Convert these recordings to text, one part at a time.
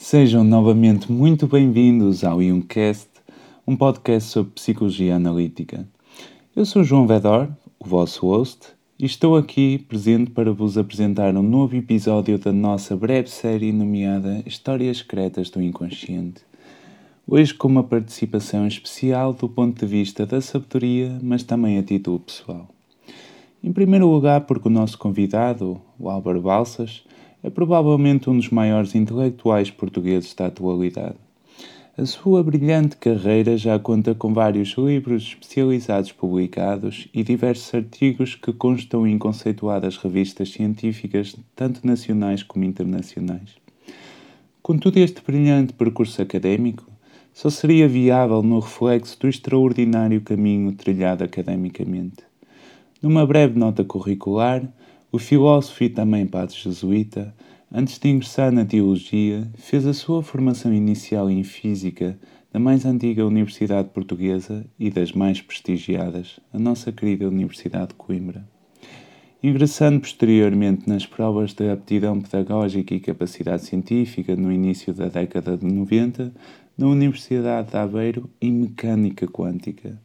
Sejam novamente muito bem-vindos ao Jungcast, um podcast sobre psicologia analítica. Eu sou João Vedor, o vosso host, e estou aqui presente para vos apresentar um novo episódio da nossa breve série nomeada Histórias Secretas do Inconsciente. Hoje com uma participação especial do ponto de vista da sabedoria, mas também a título pessoal. Em primeiro lugar, porque o nosso convidado, o Álvaro Balsas, é provavelmente um dos maiores intelectuais portugueses da atualidade. A sua brilhante carreira já conta com vários livros especializados publicados e diversos artigos que constam em conceituadas revistas científicas, tanto nacionais como internacionais. Contudo, este brilhante percurso académico só seria viável no reflexo do extraordinário caminho trilhado academicamente. Numa breve nota curricular, o filósofo e também padre jesuíta, antes de ingressar na teologia, fez a sua formação inicial em física na mais antiga universidade portuguesa e das mais prestigiadas, a nossa querida Universidade de Coimbra. Ingressando posteriormente nas provas de aptidão pedagógica e capacidade científica no início da década de 90, na Universidade de Aveiro em mecânica quântica.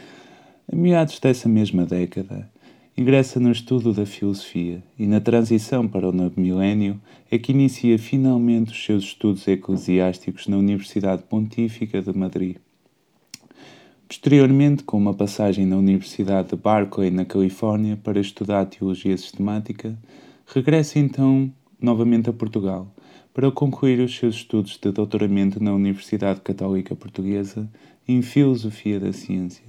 A meados dessa mesma década, ingressa no estudo da filosofia e na transição para o novo milénio é que inicia finalmente os seus estudos eclesiásticos na Universidade Pontífica de Madrid. Posteriormente, com uma passagem na Universidade de Berkeley, na Califórnia, para estudar teologia sistemática, regressa então novamente a Portugal para concluir os seus estudos de doutoramento na Universidade Católica Portuguesa em Filosofia da Ciência.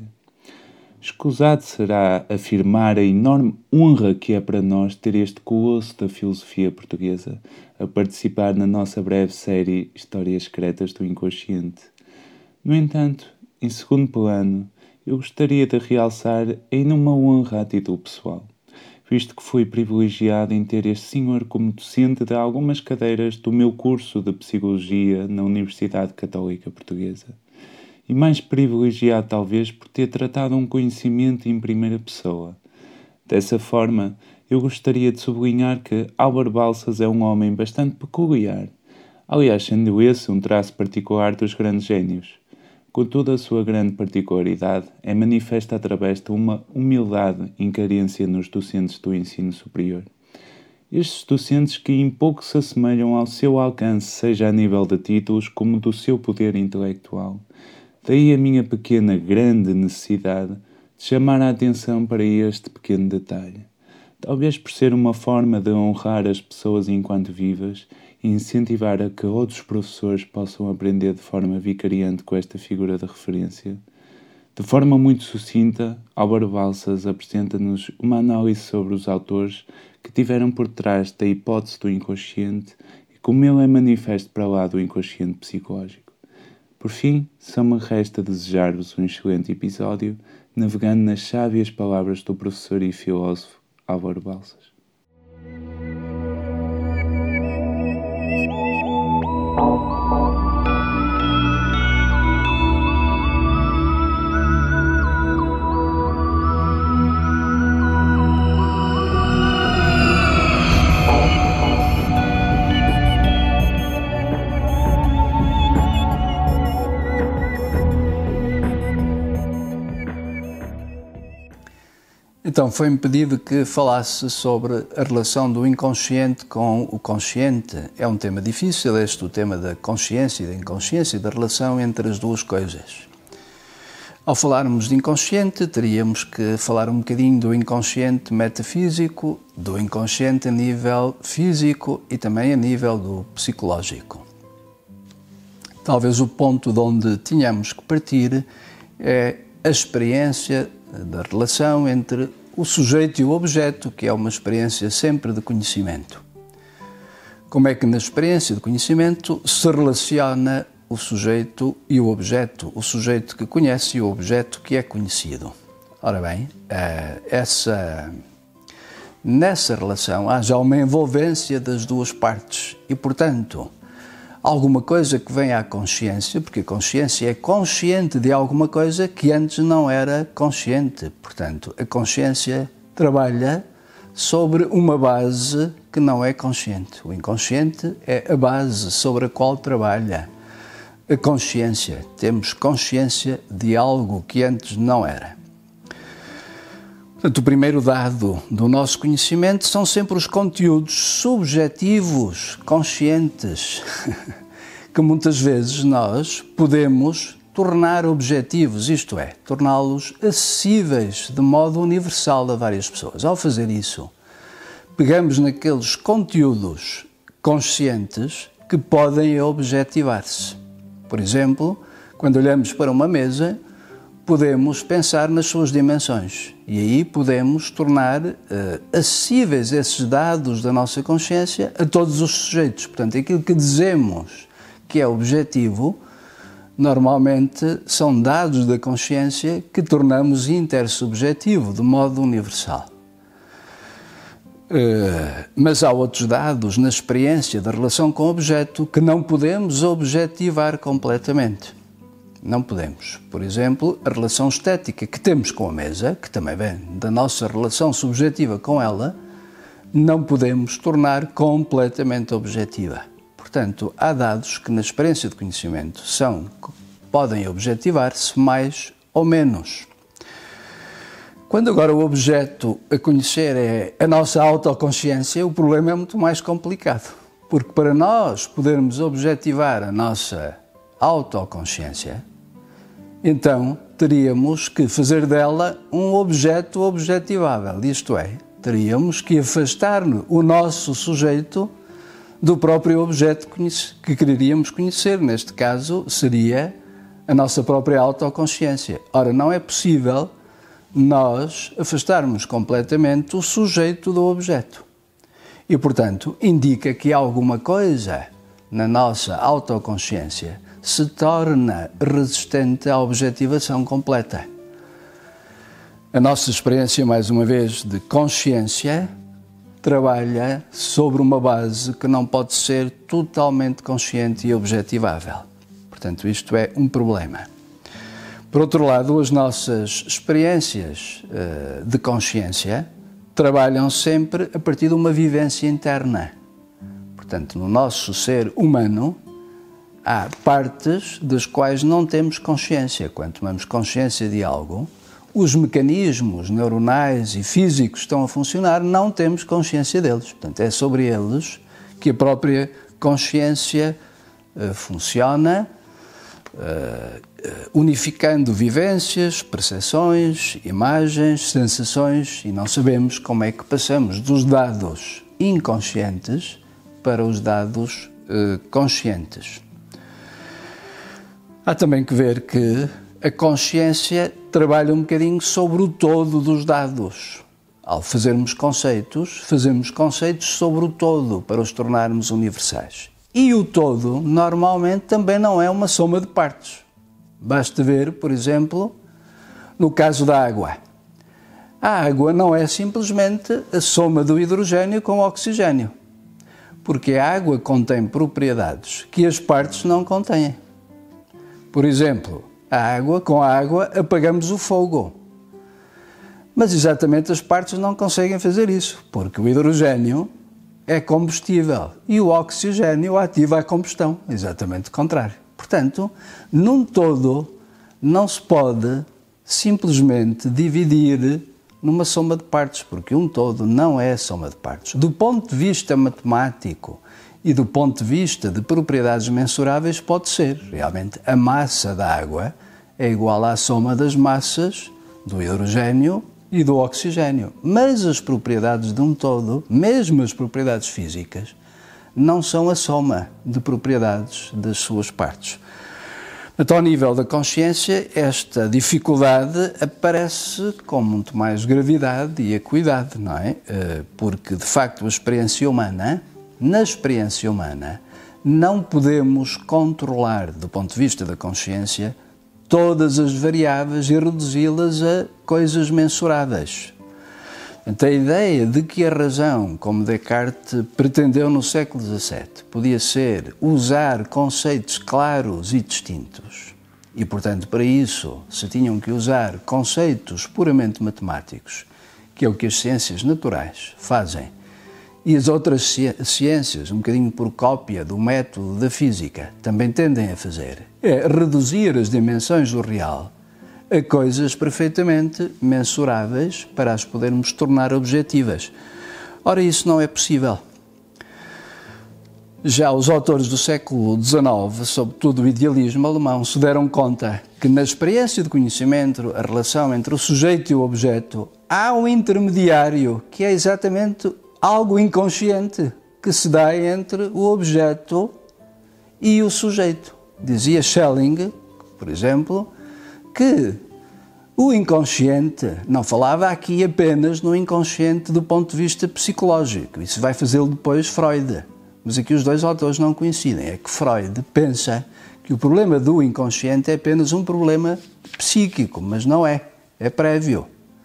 Escusado será afirmar a enorme honra que é para nós ter este colosso da filosofia portuguesa a participar na nossa breve série Histórias Secretas do Inconsciente. No entanto, em segundo plano, eu gostaria de realçar ainda uma honra a título pessoal, visto que fui privilegiado em ter este senhor como docente de algumas cadeiras do meu curso de Psicologia na Universidade Católica Portuguesa. E mais privilegiado talvez por ter tratado um conhecimento em primeira pessoa. Dessa forma, eu gostaria de sublinhar que Álvaro Balsas é um homem bastante peculiar, aliás sendo esse um traço particular dos grandes génios. Contudo, a sua grande particularidade é manifesta através de uma humildade em carência nos docentes do ensino superior. Estes docentes que em pouco se assemelham ao seu alcance, seja a nível de títulos como do seu poder intelectual. Daí a minha grande necessidade de chamar a atenção para este pequeno detalhe. Talvez por ser uma forma de honrar as pessoas enquanto vivas e incentivar a que outros professores possam aprender de forma vicariante com esta figura de referência. De forma muito sucinta, Álvaro Balsas apresenta-nos uma análise sobre os autores que tiveram por trás da hipótese do inconsciente e como ele é manifesto para lá do inconsciente psicológico. Por fim, só me resta desejar-vos um excelente episódio, navegando nas sábias palavras do professor e filósofo Álvaro Balsas. Então, foi-me pedido que falasse sobre a relação do inconsciente com o consciente. É um tema difícil, o tema da consciência e da inconsciência e da relação entre as duas coisas. Ao falarmos de inconsciente, teríamos que falar um bocadinho do inconsciente metafísico, do inconsciente a nível físico e também a nível do psicológico. Talvez o ponto de onde tínhamos que partir é a experiência da relação entre o sujeito e o objeto, que é uma experiência sempre de conhecimento. Como é que na experiência de conhecimento se relaciona o sujeito e o objeto, o sujeito que conhece e o objeto que é conhecido? Ora bem, nessa relação há já uma envolvência das duas partes e, portanto, alguma coisa que vem à consciência, porque a consciência é consciente de alguma coisa que antes não era consciente. Portanto, a consciência trabalha sobre uma base que não é consciente. O inconsciente é a base sobre a qual trabalha a consciência. Temos consciência de algo que antes não era. Portanto, o primeiro dado do nosso conhecimento são sempre os conteúdos subjetivos, conscientes, que muitas vezes nós podemos tornar objetivos, isto é, torná-los acessíveis de modo universal a várias pessoas. Ao fazer isso, pegamos naqueles conteúdos conscientes que podem objetivar-se. Por exemplo, quando olhamos para uma mesa, podemos pensar nas suas dimensões e aí podemos tornar acessíveis esses dados da nossa consciência a todos os sujeitos. Portanto, aquilo que dizemos que é objetivo, normalmente são dados da consciência que tornamos intersubjetivo, de modo universal. Mas há outros dados na experiência da relação com o objeto que não podemos objetivar completamente. Não podemos. Por exemplo, a relação estética que temos com a mesa, que também vem da nossa relação subjetiva com ela, não podemos tornar completamente objetiva. Portanto, há dados que na experiência de conhecimento podem objetivar-se mais ou menos. Quando agora o objeto a conhecer é a nossa autoconsciência, o problema é muito mais complicado. Porque para nós podermos objetivar a nossa autoconsciência, então teríamos que fazer dela um objeto objetivável. Isto é, teríamos que afastar o nosso sujeito do próprio objeto que quereríamos conhecer. Neste caso, seria a nossa própria autoconsciência. Ora, não é possível nós afastarmos completamente o sujeito do objeto. E, portanto, indica que alguma coisa na nossa autoconsciência se torna resistente à objetivação completa. A nossa experiência, mais uma vez, de consciência, trabalha sobre uma base que não pode ser totalmente consciente e objetivável. Portanto, isto é um problema. Por outro lado, as nossas experiências de consciência trabalham sempre a partir de uma vivência interna. Portanto, no nosso ser humano, há partes das quais não temos consciência. Quando tomamos consciência de algo, os mecanismos neuronais e físicos estão a funcionar, não temos consciência deles. Portanto, é sobre eles que a própria consciência funciona, unificando vivências, percepções, imagens, sensações, e não sabemos como é que passamos dos dados inconscientes para os dados conscientes. Há também que ver que a consciência trabalha um bocadinho sobre o todo dos dados. Ao fazemos conceitos sobre o todo para os tornarmos universais. E o todo, normalmente, também não é uma soma de partes. Basta ver, por exemplo, no caso da água. A água não é simplesmente a soma do hidrogênio com o oxigênio, porque a água contém propriedades que as partes não contêm. Por exemplo, com a água apagamos o fogo. Mas exatamente as partes não conseguem fazer isso, porque o hidrogênio é combustível e o oxigênio ativa a combustão, exatamente o contrário. Portanto, num todo, não se pode simplesmente dividir numa soma de partes, porque um todo não é soma de partes. Do ponto de vista matemático e do ponto de vista de propriedades mensuráveis, pode ser. Realmente, a massa da água é igual à soma das massas do hidrogênio e do oxigênio. Mas as propriedades de um todo, mesmo as propriedades físicas, não são a soma de propriedades das suas partes. Então, ao nível da consciência, esta dificuldade aparece com muito mais gravidade e acuidade, não é? Porque, de facto, na experiência humana, não podemos controlar, do ponto de vista da consciência, todas as variáveis e reduzi-las a coisas mensuráveis. Então, a ideia de que a razão, como Descartes pretendeu no século XVII, podia ser usar conceitos claros e distintos, e, portanto, para isso se tinham que usar conceitos puramente matemáticos que é o que as ciências naturais fazem, e as outras ciências, um bocadinho por cópia do método da física, também tendem a fazer, é reduzir as dimensões do real a coisas perfeitamente mensuráveis para as podermos tornar objetivas. Ora, isso não é possível. Já os autores do século XIX, sobretudo o idealismo alemão, se deram conta que na experiência de conhecimento, a relação entre o sujeito e o objeto, há um intermediário que é exatamente algo inconsciente que se dá entre o objeto e o sujeito. Dizia Schelling, por exemplo, que o inconsciente, não falava aqui apenas no inconsciente do ponto de vista psicológico, isso vai fazê-lo depois Freud, mas aqui os dois autores não coincidem, é que Freud pensa que o problema do inconsciente é apenas um problema psíquico, mas não é prévio.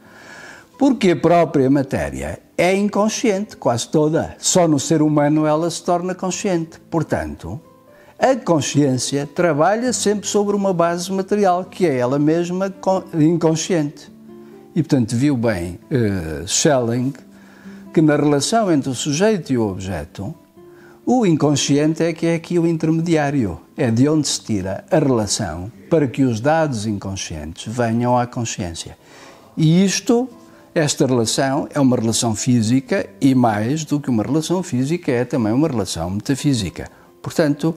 Porque a própria matéria é inconsciente, quase toda, só no ser humano ela se torna consciente, portanto, a consciência trabalha sempre sobre uma base material, que é ela mesma inconsciente. E, portanto, viu bem Schelling que na relação entre o sujeito e o objeto, o inconsciente é que é aqui o intermediário. É de onde se tira a relação para que os dados inconscientes venham à consciência. E esta relação é uma relação física e, mais do que uma relação física, é também uma relação metafísica. Portanto,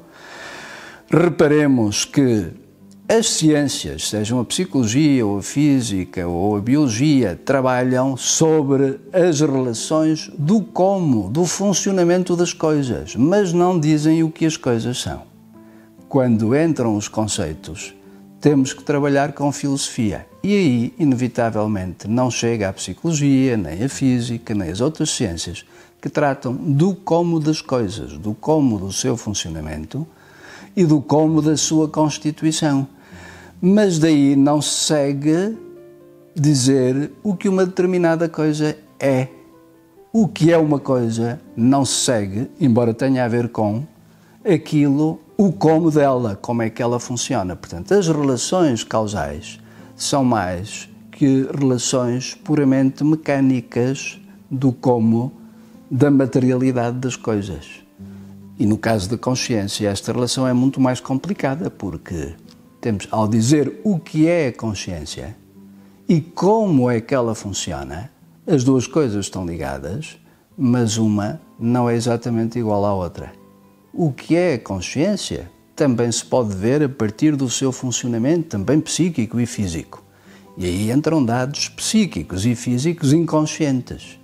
reparemos que as ciências, sejam a psicologia, ou a física, ou a biologia, trabalham sobre as relações do como, do funcionamento das coisas, mas não dizem o que as coisas são. Quando entram os conceitos, temos que trabalhar com filosofia. E aí, inevitavelmente, não chega a psicologia, nem a física, nem as outras ciências, que tratam do como das coisas, do como do seu funcionamento, e do como da sua constituição. Mas daí não se segue dizer o que uma determinada coisa é. O que é uma coisa não se segue, embora tenha a ver com aquilo, o como dela, como é que ela funciona. Portanto, as relações causais são mais que relações puramente mecânicas do como da materialidade das coisas. E no caso da consciência, esta relação é muito mais complicada, porque temos, ao dizer o que é a consciência e como é que ela funciona, as duas coisas estão ligadas, mas uma não é exatamente igual à outra. O que é a consciência também se pode ver a partir do seu funcionamento, também psíquico e físico. E aí entram dados psíquicos e físicos inconscientes.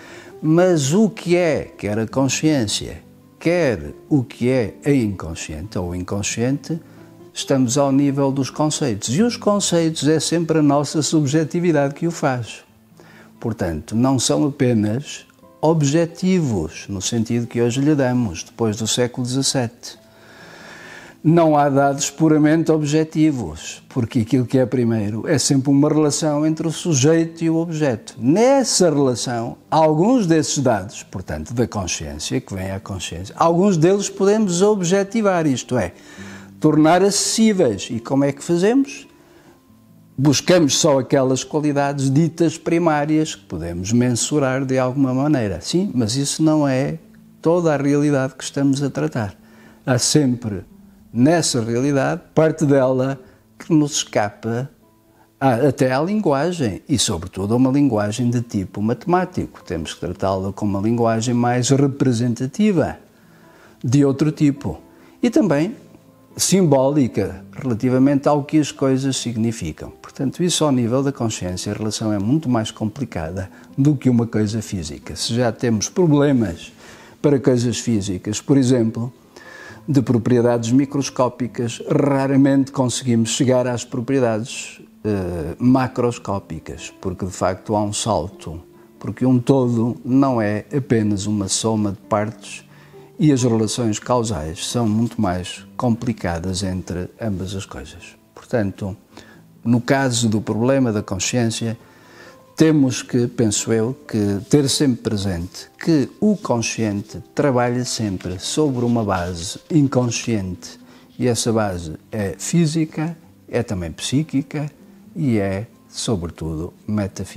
Mas o que é, quer a consciência, quer o que é a inconsciente ou o inconsciente, estamos ao nível dos conceitos. E os conceitos é sempre a nossa subjetividade que o faz. Portanto, não são apenas objetivos, no sentido que hoje lhe damos, depois do século XVII. Não há dados puramente objetivos, porque aquilo que é primeiro é sempre uma relação entre o sujeito e o objeto. Nessa relação, alguns desses dados, portanto, da consciência, que vem à consciência, alguns deles podemos objetivar, isto é, tornar acessíveis. E como é que fazemos? Buscamos só aquelas qualidades ditas primárias que podemos mensurar de alguma maneira. Sim, mas isso não é toda a realidade que estamos a tratar. Há sempre, nessa realidade, parte dela que nos escapa até à linguagem e, sobretudo, a uma linguagem de tipo matemático. Temos que tratá-la como uma linguagem mais representativa, de outro tipo. E também simbólica, relativamente ao que as coisas significam. Portanto, isso ao nível da consciência, a relação é muito mais complicada do que uma coisa física. Se já temos problemas para coisas físicas, por exemplo, de propriedades microscópicas, raramente conseguimos chegar às propriedades macroscópicas, porque de facto há um salto, porque um todo não é apenas uma soma de partes e as relações causais são muito mais complicadas entre ambas as coisas. Portanto, no caso do problema da consciência, temos que, penso eu, que ter sempre presente que o consciente trabalha sempre sobre uma base inconsciente e essa base é física, é também psíquica e é, sobretudo, metafísica.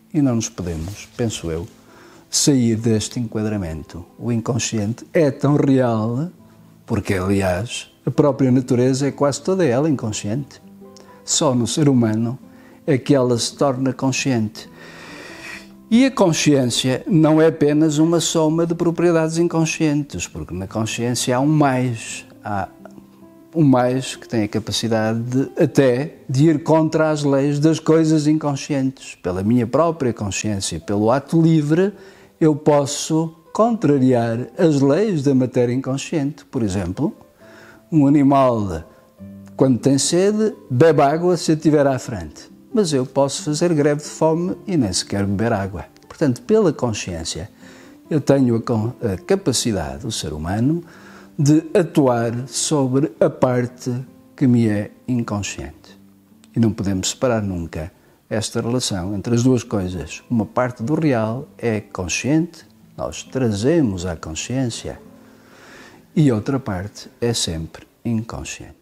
e não nos podemos, penso eu, sair deste enquadramento. O inconsciente é tão real, porque, aliás, a própria natureza é quase toda ela inconsciente. Só no ser humano é que ela se torna consciente. E a consciência não é apenas uma soma de propriedades inconscientes, porque na consciência há um mais. Há um mais que tem a capacidade de ir contra as leis das coisas inconscientes. Pela minha própria consciência, pelo ato livre, eu posso contrariar as leis da matéria inconsciente. Por exemplo, um animal, quando tem sede, bebe água se eu estiver à frente. Mas eu posso fazer greve de fome e nem sequer beber água. Portanto, pela consciência, eu tenho a capacidade, o ser humano, de atuar sobre a parte que me é inconsciente. E não podemos separar nunca esta relação entre as duas coisas. Uma parte do real é consciente, nós trazemos à consciência, e outra parte é sempre inconsciente.